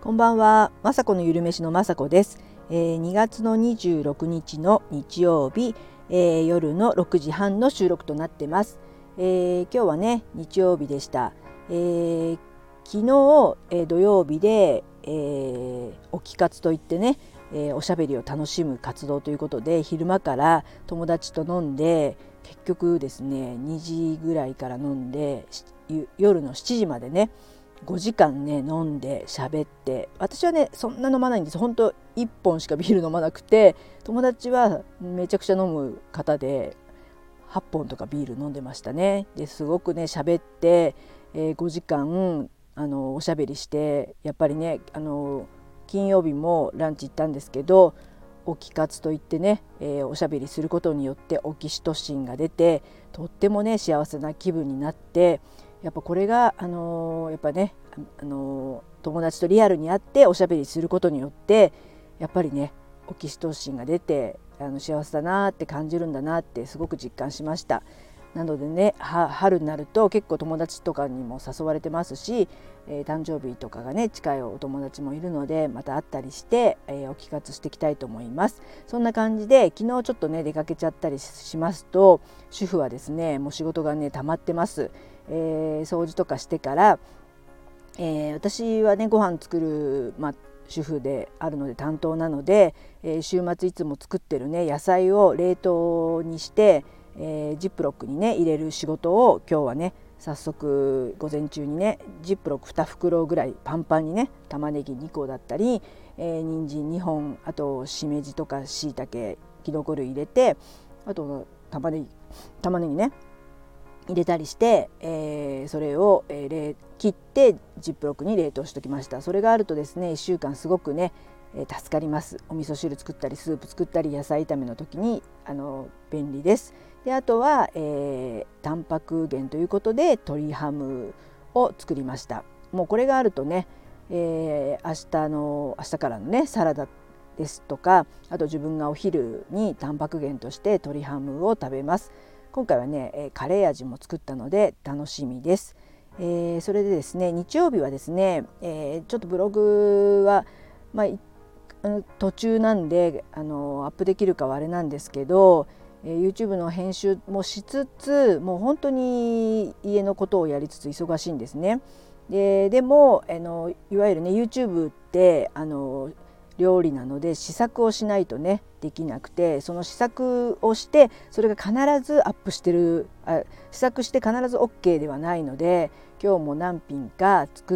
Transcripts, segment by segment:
こんばんは、まさこのゆるめしのまさこです。2月の26日の日曜日、夜の6時半の収録となってます。今日はね日曜日でした。昨日、土曜日で、おき活といってね、おしゃべりを楽しむ活動ということで昼間から友達と飲んで、結局ですね2時ぐらいから飲んで夜の7時までね5時間ね飲んで喋って、私はねそんな飲まないんです。本当1本しかビール飲まなくて、友達はめちゃくちゃ飲む方で8本とかビール飲んでましたね。ですごくね喋って、5時間おしゃべりして、やっぱりね金曜日もランチ行ったんですけど、オキ活といってね、おしゃべりすることによってオキシトシンが出て、とってもね幸せな気分になって、やっぱこれがやっぱね友達とリアルに会っておしゃべりすることによってやっぱりねオキシトシンが出て幸せだなって感じるんだなってすごく実感しました。なのでね春になると結構友達とかにも誘われてますし、誕生日とかがね近いお友達もいるので、また会ったりして、お聞かせしていきたいと思います。そんな感じで昨日ちょっとね出かけちゃったりしますと、主婦はですねもう仕事がね溜まってます。掃除とかしてから、私はねご飯作る、主婦であるので担当なので、週末いつも作ってるね野菜を冷凍にして、ジップロックにね入れる仕事を今日はね早速午前中にねジップロック2袋ぐらいパンパンにね玉ねぎ2個だったり、人参2本、あとしめじとかしいたけきのこ類入れて、あと玉ねぎね入れたりして、それを、切ってジップロックに冷凍しておきました。それがあるとですね1週間すごくね、助かります。お味噌汁作ったりスープ作ったり野菜炒めの時に便利です。であとは、タンパク源ということで鶏ハムを作りました。もうこれがあるとね、明日からのねサラダですとか、あと自分がお昼にタンパク源として鶏ハムを食べます。今回はねカレー味も作ったので楽しみです。それでですね日曜日はですね、ちょっとブログは、途中なんでアップできるかはあれなんですけど、YouTube の編集もしつつ、もう本当に家のことをやりつつ忙しいんですね。でもいわゆるね YouTube って料理なので試作をしないとねできなくて、その試作をしてそれが必ずアップしてる、試作して必ず OK ではないので、今日も何品か作って、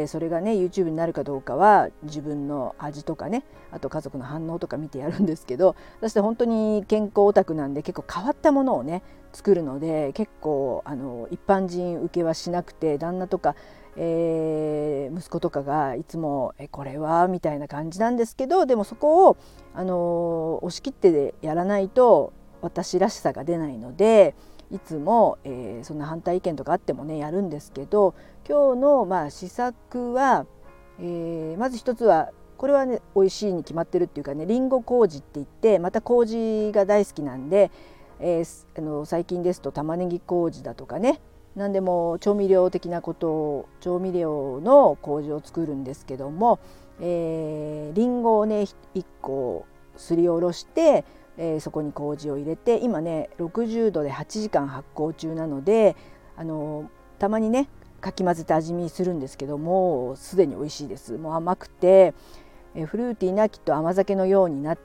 それがね YouTube になるかどうかは自分の味とかね、あと家族の反応とか見てやるんですけど、私本当に健康オタクなんで結構変わったものをね作るので、結構一般人受けはしなくて、旦那とか息子とかがいつもこれはみたいな感じなんですけど、でもそこを押し切ってやらないと私らしさが出ないので、いつも、そんな反対意見とかあってもねやるんですけど、今日の試作は、まず一つはこれはね美味しいに決まってるっていうかね、りんご麹って言って、また麹が大好きなんで、最近ですと玉ねぎ麹だとかね、何でも調味料的なことを、調味料の麹を作るんですけども、りんごをね1個すりおろして、そこに麹を入れて、今ね60度で8時間発酵中なので、たまにねかき混ぜて味見するんですけども、すでに美味しいです。もう甘くて、フルーティーなきっと甘酒のようになって、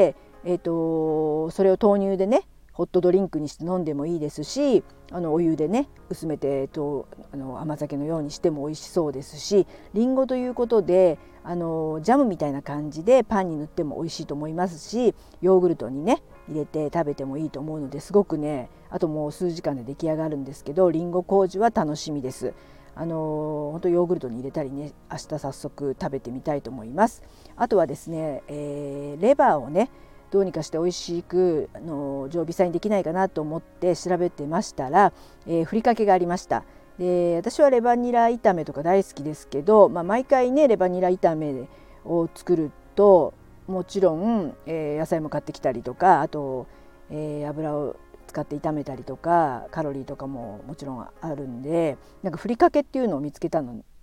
それを豆乳でねホットドリンクにして飲んでもいいですし、お湯でね薄めて甘酒のようにしても美味しそうですし、りんごということでジャムみたいな感じでパンに塗っても美味しいと思いますし、ヨーグルトにね入れて食べてもいいと思うので、すごくねあともう数時間で出来上がるんですけど、りんご麹は楽しみです。本当ヨーグルトに入れたりね、明日早速食べてみたいと思います。あとはですね、レバーをねどうにかして美味しく常備菜にできないかなと思って調べてましたら、ふりかけがありました。で私はレバニラ炒めとか大好きですけど、毎回ねレバニラ炒めを作るともちろん、野菜も買ってきたりとか、あと、油を使って炒めたりとかカロリーとかももちろんあるんで、なんかふりかけっていうのを見つけた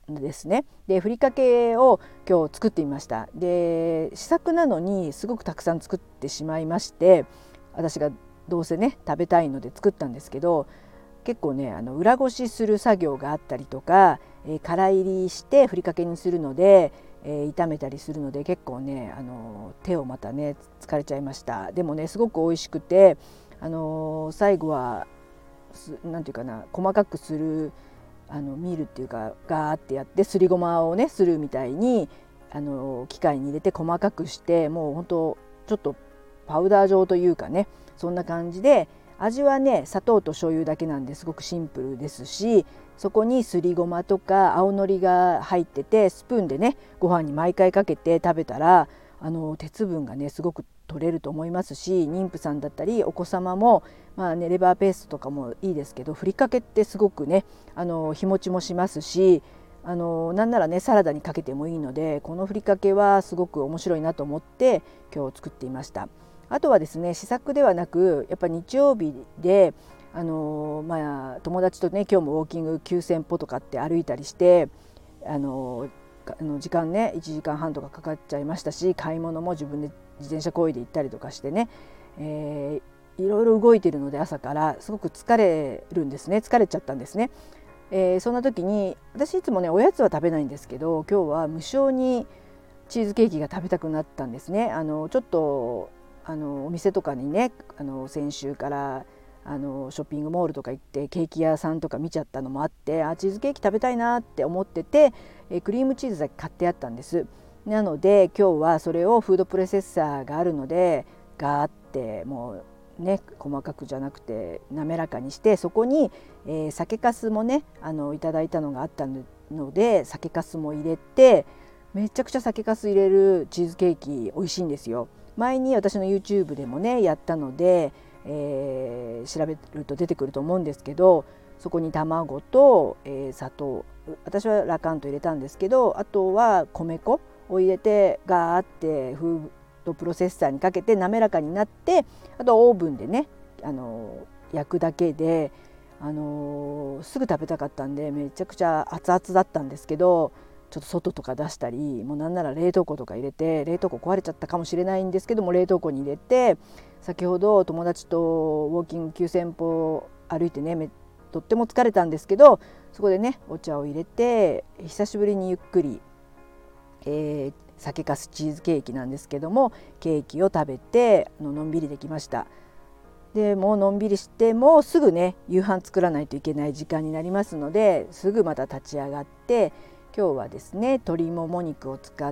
ですね。でふりかけを今日作ってみました。で試作なのにすごくたくさん作ってしまいまして、私がどうせね食べたいので作ったんですけど、結構ね裏ごしする作業があったりとか、から入りしてふりかけにするので、炒めたりするので結構ね手をまたね疲れちゃいました。でもねすごく美味しくて、最後はなんていうかな、細かくするミルっていうかガーってやってすりごまをねするみたいに機械に入れて細かくして、もうほんとちょっとパウダー状というかね、そんな感じで、味はね砂糖と醤油だけなんですごくシンプルですし、そこにすりごまとか青のりが入ってて、スプーンでねご飯に毎回かけて食べたら鉄分がねすごく取れると思いますし、妊婦さんだったりお子様もレバーペーストとかもいいですけど、ふりかけってすごくね日持ちもしますし、なんならねサラダにかけてもいいので、このふりかけはすごく面白いなと思って今日作っていました。あとはですね、試作ではなくやっぱ日曜日で友達とね今日もウォーキング9,000歩とかって歩いたりして、時間ね1時間半とかかかっちゃいましたし、買い物も自分で自転車漕いで行ったりとかしてね、いろいろ動いてるので朝からすごく疲れるんですね。疲れちゃったんですね。そんな時に私いつもねおやつは食べないんですけど、今日は無性にチーズケーキが食べたくなったんですね。ちょっとお店とかにね先週からショッピングモールとか行ってケーキ屋さんとか見ちゃったのもあって、チーズケーキ食べたいなって思ってて、クリームチーズだけ買ってあったんです。なので今日はそれをフードプロセッサーがあるのでガーってもうね細かくじゃなくて滑らかにして、そこに、酒粕もねいただいたのがあったので酒粕も入れて、めちゃくちゃ酒粕入れるチーズケーキ美味しいんですよ。前に私の YouTube でもねやったので、調べると出てくると思うんですけど、そこに卵と、砂糖、私はラカント入れたんですけど、あとは米粉を入れてガーってフードプロセッサーにかけて滑らかになって、あとオーブンでね焼くだけで、すぐ食べたかったんでめちゃくちゃ熱々だったんですけど、ちょっと外とか出したり、もうなんなら冷凍庫とか入れて、冷凍庫壊れちゃったかもしれないんですけども冷凍庫に入れて、先ほど友達とウォーキング9,000歩歩いてねとっても疲れたんですけど、そこでねお茶を入れて久しぶりにゆっくり、酒粕チーズケーキなんですけどもケーキを食べてのんびりできました。でもうのんびりしてもすぐね夕飯作らないといけない時間になりますので、すぐまた立ち上がって、今日はですね鶏もも肉を使って、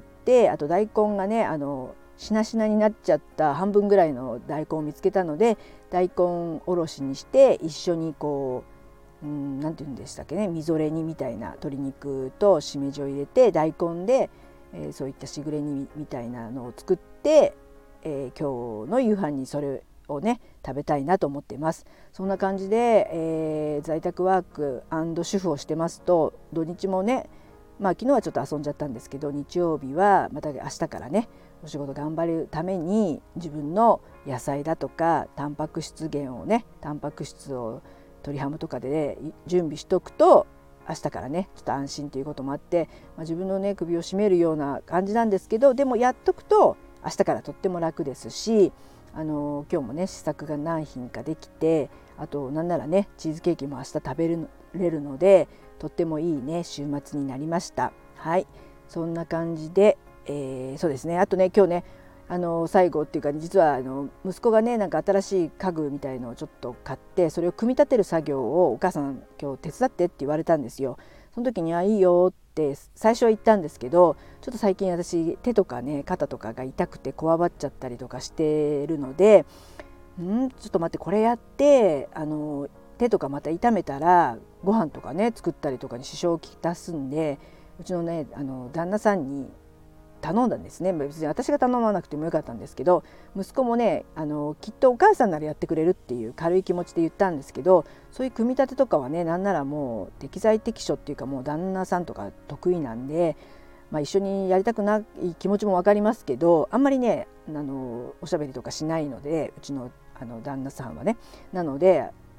あと大根がねしなしなになっちゃった半分ぐらいの大根を見つけたので、大根おろしにして一緒にこうなんて言うんでしたっけね、みぞれ煮みたいな鶏肉としめじを入れて大根で、そういったしぐれ煮みたいなのを作って、今日の夕飯にそれをね食べたいなと思っています。そんな感じで、在宅ワーク&主婦をしてますと、土日もね昨日はちょっと遊んじゃったんですけど、日曜日はまた明日からねお仕事頑張るために自分の野菜だとかタンパク質源をね、タンパク質を鶏ハムとかで、ね、準備しとくと明日からねちょっと安心ということもあって、自分のね首を絞めるような感じなんですけど、でもやっとくと明日からとっても楽ですし、今日もね試作が何品かできて、あとなんならねチーズケーキも明日食べれるのでとってもいいね週末になりました。はい、そんな感じで、そうですね、あとね今日ね最後っていうか、実は息子がねなんか新しい家具みたいのをちょっと買って、それを組み立てる作業をお母さん今日手伝ってって言われたんですよ。その時にいいよって最初は言ったんですけど、ちょっと最近私手とかね肩とかが痛くてこわばっちゃったりとかしてるので、ちょっと待って、これやって手とかまた痛めたらご飯とかね作ったりとかに支障をきたすんで、うちのね旦那さんに頼んだんですね。別に私が頼まなくてもよかったんですけど、息子もねきっとお母さんならやってくれるっていう軽い気持ちで言ったんですけど、そういう組み立てとかはねなんならもう適材適所っていうか、もう旦那さんとか得意なんで、一緒にやりたくない気持ちも分かりますけど、あんまりねおしゃべりとかしないので、うちの旦那さんはね。なので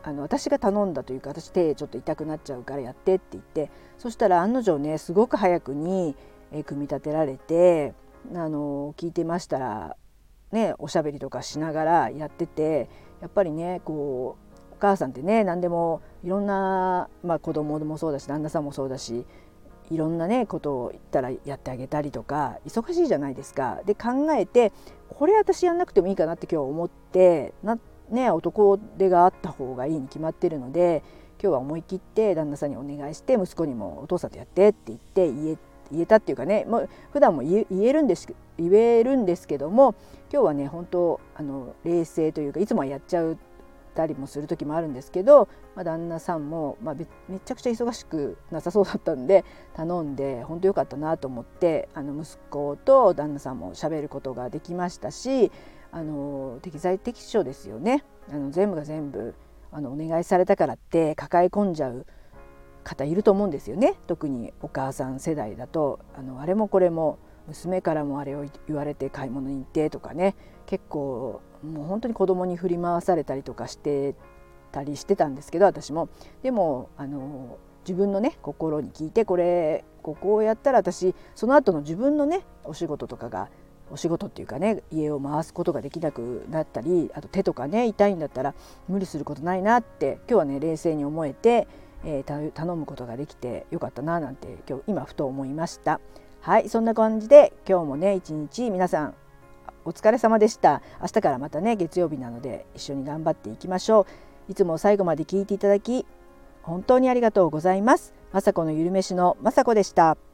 私が頼んだというか、私手ちょっと痛くなっちゃうからやってって言って、そしたら案の定ねすごく早くに組み立てられて、聞いてましたらね、おしゃべりとかしながらやってて、やっぱりねこうお母さんってね何でもいろんな、子供もそうだし旦那さんもそうだし、いろんなねことを言ったらやってあげたりとか忙しいじゃないですか。で考えて、これ私やんなくてもいいかなって今日思って男手があった方がいいに決まってるので、今日は思い切って旦那さんにお願いして、息子にもお父さんとやってって言って言えたっていうかね、もう普段も言えるんですけども、今日はね本当冷静というか、いつもはやっちゃったりもする時もあるんですけど、旦那さんも、めちゃくちゃ忙しくなさそうだったんで頼んで、本当良かったなと思って、息子と旦那さんも喋ることができましたし、適材適所ですよね。全部が全部お願いされたからって抱え込んじゃう方いると思うんですよね。特にお母さん世代だとあれもこれも娘からもあれを言われて買い物に行ってとかね、結構もう本当に子供に振り回されたりとかしてたんですけど、私もでも自分のね心に聞いて、ここをやったら私その後の自分のねお仕事っていうかね、家を回すことができなくなったり、あと手とかね痛いんだったら無理することないなって今日はね冷静に思えて、頼むことができてよかったななんて今ふと思いました。はい、そんな感じで今日もね一日皆さんお疲れ様でした。明日からまたね月曜日なので一緒に頑張っていきましょう。いつも最後まで聞いていただき本当にありがとうございます。まさこのゆるめしのまさこでした。